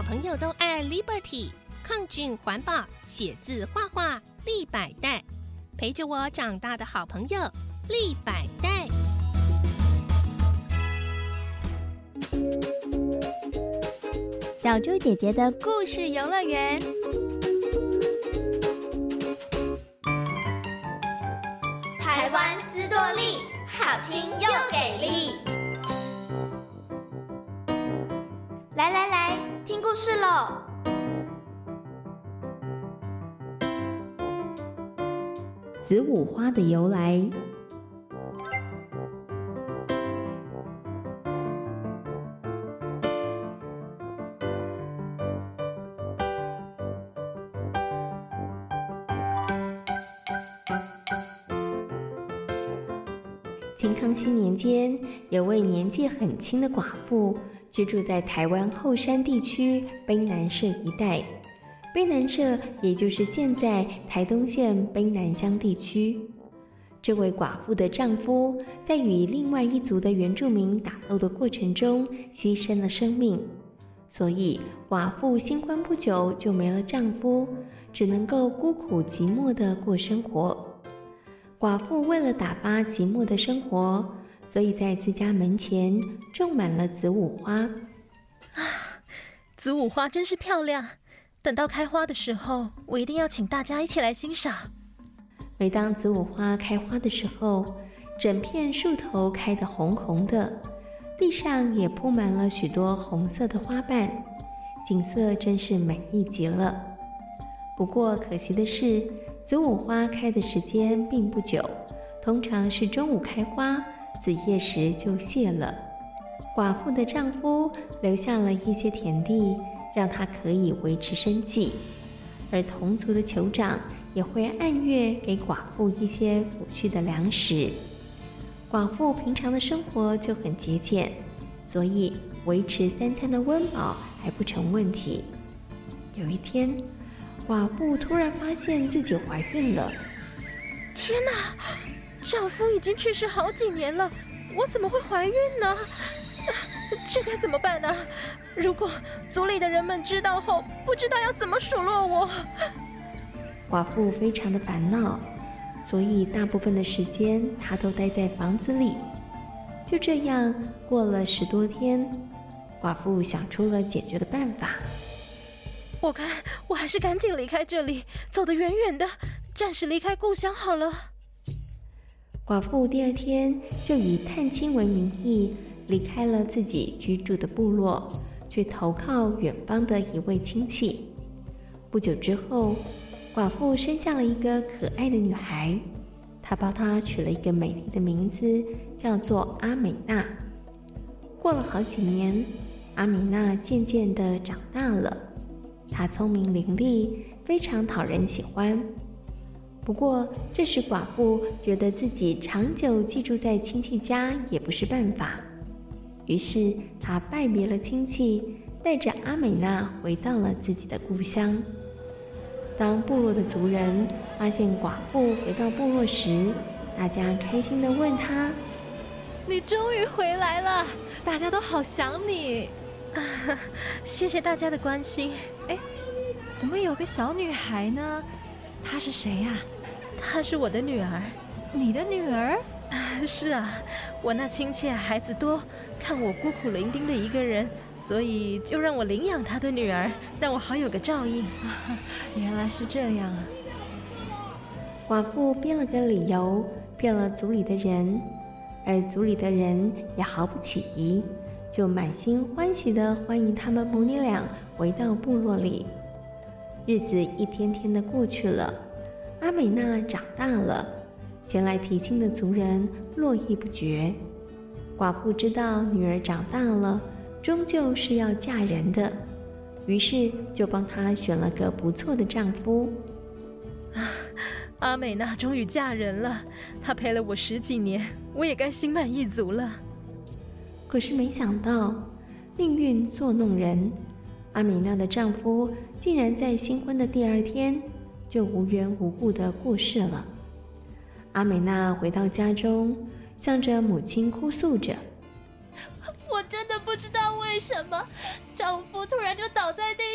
朋友都爱 Liberty， 抗菌环保，写字画画，立百代，陪着我长大的好朋友立百代。 小猪姐姐的故事游乐园， 台湾思多力，好听又给力。来来来，听故事喽！ 子午花的由来。清康熙年间，有位年纪很轻的寡妇，居住在台湾后山地区卑南社一带。卑南社也就是现在台东县卑南乡地区。这位寡妇的丈夫在与另外一族的原住民打斗的过程中牺牲了生命，所以寡妇新婚不久就没了丈夫，只能够孤苦寂寞地过生活。寡妇为了打发寂寞的生活，所以在自家门前种满了子午花。 子午花真是漂亮，等到开花的时候，我一定要请大家一起来欣赏。 每当子午花开花的时候，整片树头开得红红的，地上也铺满了许多红色的花瓣，景色真是美丽极了。不过可惜的是，子午花开的时间并不久，通常是中午开花，子夜时就谢了。寡妇的丈夫留下了一些田地，让她可以维持生计，而同族的酋长也会按月给寡妇一些抚恤的粮食。寡妇平常的生活就很节俭，所以维持3餐的温饱还不成问题。有一天，寡妇突然发现自己怀孕了。 天哪，丈夫已经去世好几年了，我怎么会怀孕呢？这该怎么办呢？如果族里的人们知道后，不知道要怎么数落我。 寡妇非常的烦恼，所以大部分的时间她都待在房子里。就这样过了10多天，寡妇想出了解决的办法。 我看我还是赶紧离开这里，走得远远的，暂时离开故乡好了。 寡妇第2天就以探亲为名义离开了自己居住的部落，去投靠远方的一位亲戚。不久之后，寡妇生下了一个可爱的女孩，她帮她取了一个美丽的名字，叫做阿美娜。过了好几年，阿美娜渐渐地长大了，她聪明伶俐，非常讨人喜欢。不过这时寡妇觉得自己长久寄住在亲戚家也不是办法，于是她拜别了亲戚，带着阿美娜回到了自己的故乡。当部落的族人发现寡妇回到部落时，大家开心地问她： 你终于回来了，大家都好想你。 谢谢大家的关心。 怎么有个小女孩呢？她是谁呀？ 她是我的女儿。 你的女儿？ 是啊，我那亲戚孩子多，看我孤苦伶仃的一个人，所以就让我领养她的女儿，让我好有个照应。 原来是这样啊。 寡妇编了个理由，骗了族里的人，而族里的人也毫不起疑，就满心欢喜地欢迎他们母女俩回到部落里。日子一天天的过去了，阿美娜长大了，前来提亲的族人络绎不绝。寡妇知道女儿长大了，终究是要嫁人的，于是就帮她选了个不错的丈夫。 阿美娜终于嫁人了，她陪了我10几年，我也该心满意足了。 可是没想到，命运作弄人，阿美娜的丈夫竟然在新婚的第2天就无缘无故地过世了。阿美娜回到家中，向着母亲哭诉着： 我真的不知道为什么丈夫突然就倒在地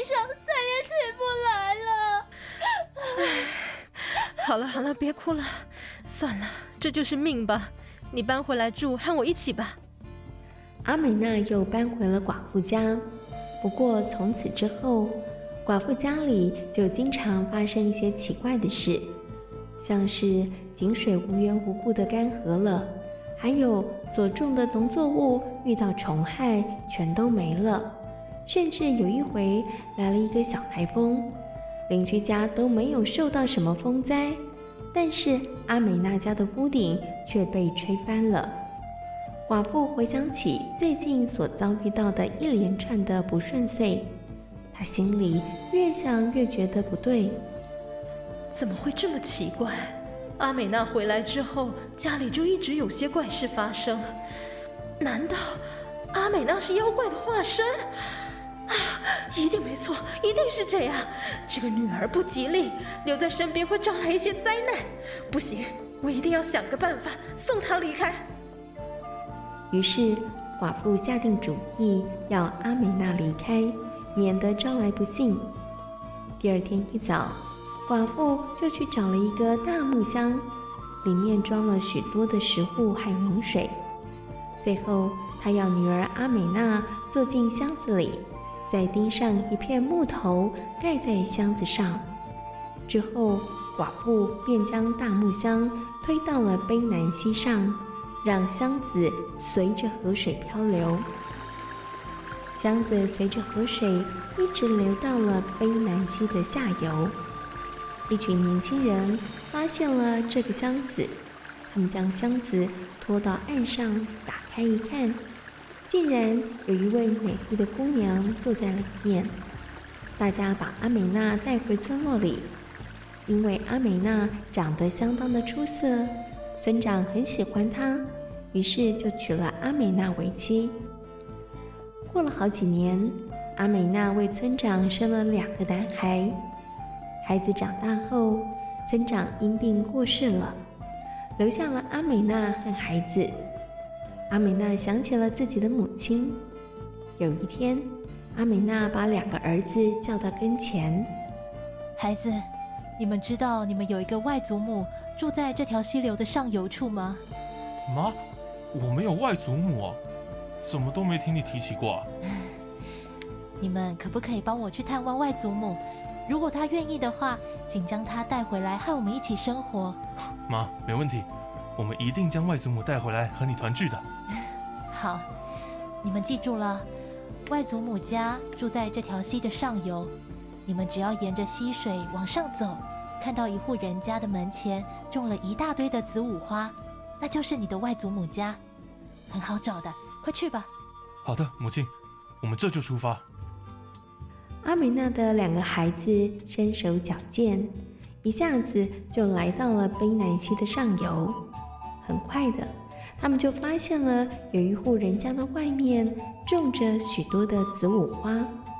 好了好了，别哭了，算了，这就是命吧。你搬回来住，和我一起吧。 阿美娜又搬回了寡妇家，不过从此之后，寡妇家里就经常发生一些奇怪的事，像是井水无缘无故的干涸了，还有所种的农作物遇到虫害全都没了，甚至有一回来了一个小台风，邻居家都没有受到什么风灾，但是阿美娜家的屋顶却被吹翻了。寡妇回想起最近所遭遇到的一连串的不顺遂，她心里越想越觉得不对。 怎么会这么奇怪？阿美娜回来之后，家里就一直有些怪事发生。难道阿美娜是妖怪的化身？一定没错，一定是这样。这个女儿不吉利，留在身边会招来一些灾难。不行，我一定要想个办法送她离开。 于是寡妇下定主意要阿美娜离开，免得招来不幸。第二天一早，寡妇就去找了一个大木箱，里面装了许多的食物和饮水。最后她要女儿阿美娜坐进箱子里，再钉上一片木头盖在箱子上。之后寡妇便将大木箱推到了卑南溪上，让箱子随着河水漂流。箱子随着河水一直流到了卑南溪的下游。一群年轻人发现了这个箱子，他们将箱子拖到岸上，打开一看，竟然有一位美丽的姑娘坐在里面。大家把阿美娜带回村落里，因为阿美娜长得相当的出色，村长很喜欢她，于是就娶了阿美娜为妻。过了好几年，阿美娜为村长生了2个男孩。孩子长大后，村长因病过世了，留下了阿美娜和孩子。阿美娜想起了自己的母亲。有一天，阿美娜把2个儿子叫到跟前。 孩子，你们知道你们有一个外祖母住在这条溪流的上游处吗？ 妈，我没有外祖母啊，怎么都没听你提起过啊。 你们可不可以帮我去探望外祖母？如果她愿意的话，请将她带回来和我们一起生活。 妈，没问题，我们一定将外祖母带回来和你团聚的。 好，你们记住了，外祖母家住在这条溪的上游，你们只要沿着溪水往上走，看到一户人家的门前种了一大堆的紫五花，那就是你的外祖母家，很好找的，快去吧。 好的，母亲，我们这就出发。 阿美娜的2个孩子身手矫健，一下子就来到了卑南溪的上游。很快的，他们就发现了有一户人家的外面种着许多的紫五花。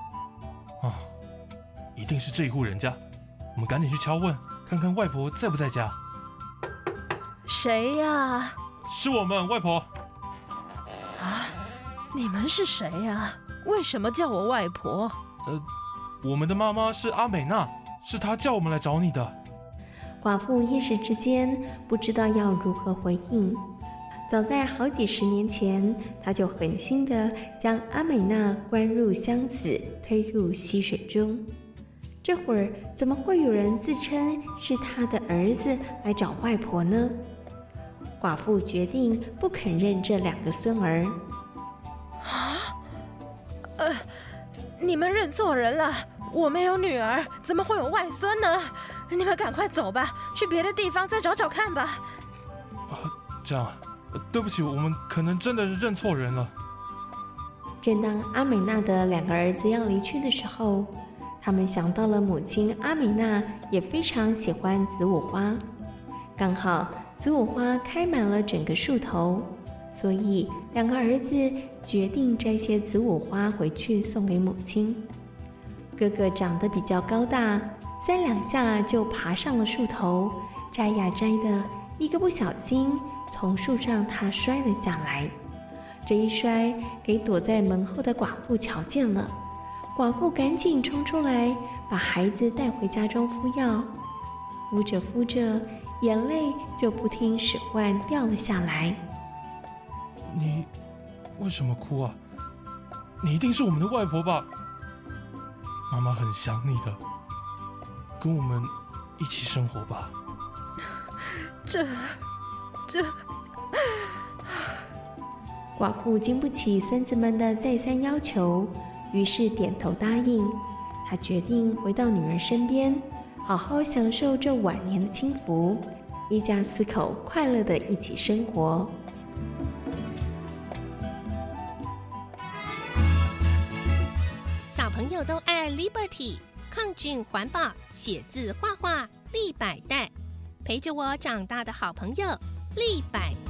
一定是这一户人家，我们赶紧去敲问，看看外婆在不在家。 谁呀？ 是我们，外婆。 啊，你们是谁呀？为什么叫我外婆？ 我们的妈妈是阿美娜，是她叫我们来找你的。 寡妇一时之间不知道要如何回应。早在好几十年前，她就狠心地将阿美娜关入箱子，推入溪水中。这会儿怎么会有人自称是他的儿子来找外婆呢？寡妇决定不肯认这2个孙儿。 你们认错人了，我没有女儿，怎么会有外孙呢？你们赶快走吧，去别的地方再找找看吧。 这样，对不起，我们可能真的认错人了。 正当阿美娜的2个儿子要离去的时候，他们想到了母亲阿美娜也非常喜欢紫五花，刚好紫五花开满了整个树头，所以2个儿子决定摘些紫五花回去送给母亲。哥哥长得比较高大，3两下就爬上了树头，摘呀摘的，一个不小心从树上他摔了下来。这一摔给躲在门后的寡妇瞧见了，寡妇赶紧冲出来，把孩子带回家中敷药。 敷着敷着，眼泪就不听使唤掉了下来。 你为什么哭啊？你一定是我们的外婆吧？妈妈很想你的，跟我们一起生活吧。 这…… 寡妇经不起孙子们的再三要求，于是点头答应。她决定回到女儿身边，好好享受这晚年的轻福，一家4口快乐的一起生活。 小朋友都爱 Liberty， 抗菌环保，写字画画，立百代，陪着我长大的好朋友立百